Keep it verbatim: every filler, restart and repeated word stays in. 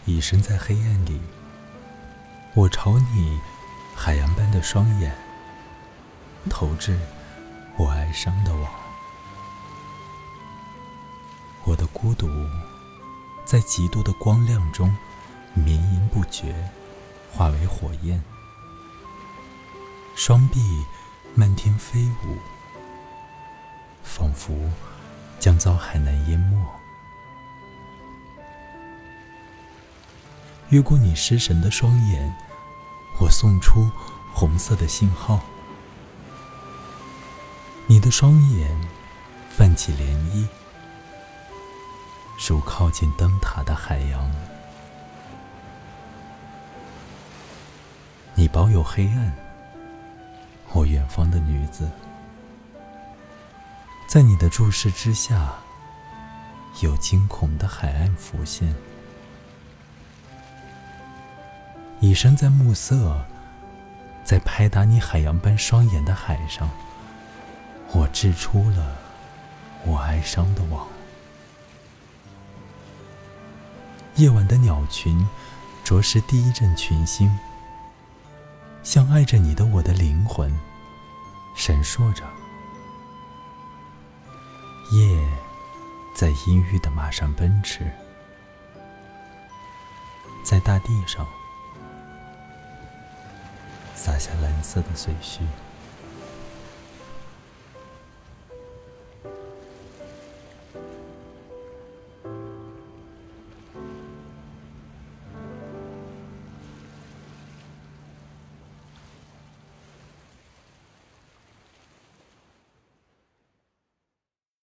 已身在黑暗里，我朝你海洋般的双眼投掷我哀伤的网。我的孤独在极度的光亮中绵延不绝，化为火焰，双臂漫天飞舞，仿佛将遭海难淹没。越过你失神的双眼，我送出红色的信号。你的双眼泛起涟漪，如靠近灯塔的海洋。你保有黑暗，我远方的女子，在你的注视之下，有惊恐的海岸浮现。已身在暮色，在拍打你海洋般双眼的海上，我掷出了我哀伤的网。夜晚的鸟群啄食第一阵群星，像爱着你的我的灵魂闪烁着。夜在阴郁的马上奔驰，在大地上洒下蓝色的碎絮。